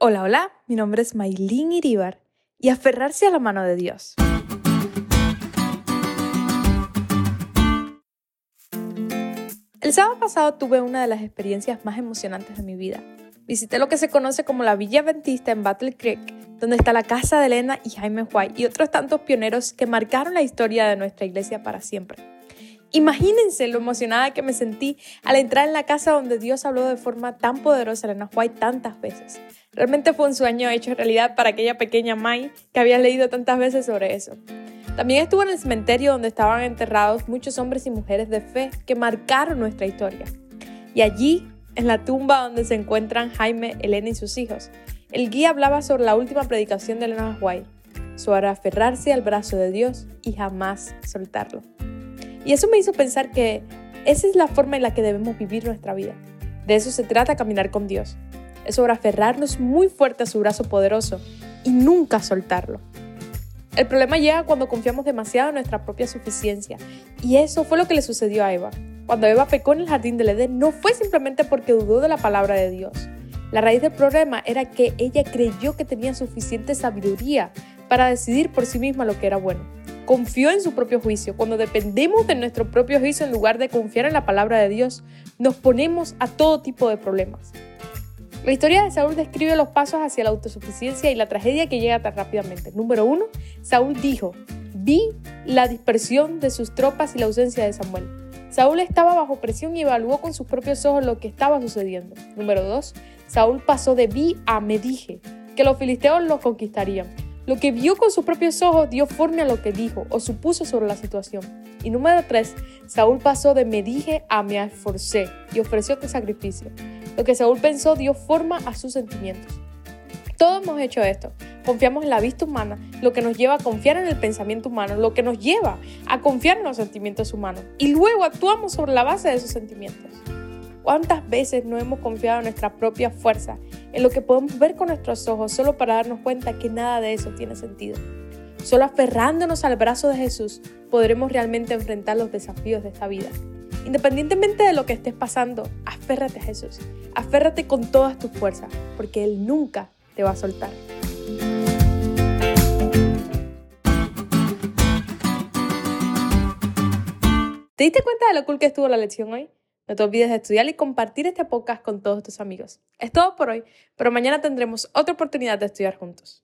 Hola, hola, mi nombre es Maylin Iríbar y aferrarse a la mano de Dios. El sábado pasado tuve una de las experiencias más emocionantes de mi vida. Visité lo que se conoce como la Villa Adventista en Battle Creek, donde está la casa de Elena y Jaime White y otros tantos pioneros que marcaron la historia de nuestra iglesia para siempre. Imagínense lo emocionada que me sentí al entrar en la casa donde Dios habló de forma tan poderosa a Elena White tantas veces. Realmente fue un sueño hecho realidad para aquella pequeña May que había leído tantas veces sobre eso. También estuve en el cementerio donde estaban enterrados muchos hombres y mujeres de fe que marcaron nuestra historia. Y allí, en la tumba donde se encuentran Jaime, Elena y sus hijos, el guía hablaba sobre la última predicación de Elena White, sobre aferrarse al brazo de Dios y jamás soltarlo. Y eso me hizo pensar que esa es la forma en la que debemos vivir nuestra vida. De eso se trata caminar con Dios. Es sobre aferrarnos muy fuerte a su brazo poderoso y nunca soltarlo. El problema llega cuando confiamos demasiado en nuestra propia suficiencia. Y eso fue lo que le sucedió a Eva. Cuando Eva pecó en el jardín del Edén, no fue simplemente porque dudó de la palabra de Dios. La raíz del problema era que ella creyó que tenía suficiente sabiduría para decidir por sí misma lo que era bueno. Confió en su propio juicio. Cuando dependemos de nuestro propio juicio en lugar de confiar en la palabra de Dios, nos ponemos a todo tipo de problemas. La historia de Saúl describe los pasos hacia la autosuficiencia y la tragedia que llega tan rápidamente. Número 1, Saúl dijo: vi la dispersión de sus tropas y la ausencia de Samuel. Saúl estaba bajo presión y evaluó con sus propios ojos lo que estaba sucediendo. Número 2, Saúl pasó de vi a me dije, que los filisteos los conquistarían. Lo que vio con sus propios ojos dio forma a lo que dijo o supuso sobre la situación. Y número 3, Saúl pasó de me dije a me esforcé y ofreció sacrificio. Lo que Saúl pensó dio forma a sus sentimientos. Todos hemos hecho esto. Confiamos en la vista humana, lo que nos lleva a confiar en el pensamiento humano, lo que nos lleva a confiar en los sentimientos humanos. Y luego actuamos sobre la base de esos sentimientos. ¿Cuántas veces no hemos confiado en nuestra propia fuerza, en lo que podemos ver con nuestros ojos, solo para darnos cuenta que nada de eso tiene sentido? Solo aferrándonos al brazo de Jesús podremos realmente enfrentar los desafíos de esta vida. Independientemente de lo que estés pasando, aférrate a Jesús. Aférrate con todas tus fuerzas, porque Él nunca te va a soltar. ¿Te diste cuenta de lo cool que estuvo la lección hoy? No te olvides de estudiar y compartir este podcast con todos tus amigos. Es todo por hoy, pero mañana tendremos otra oportunidad de estudiar juntos.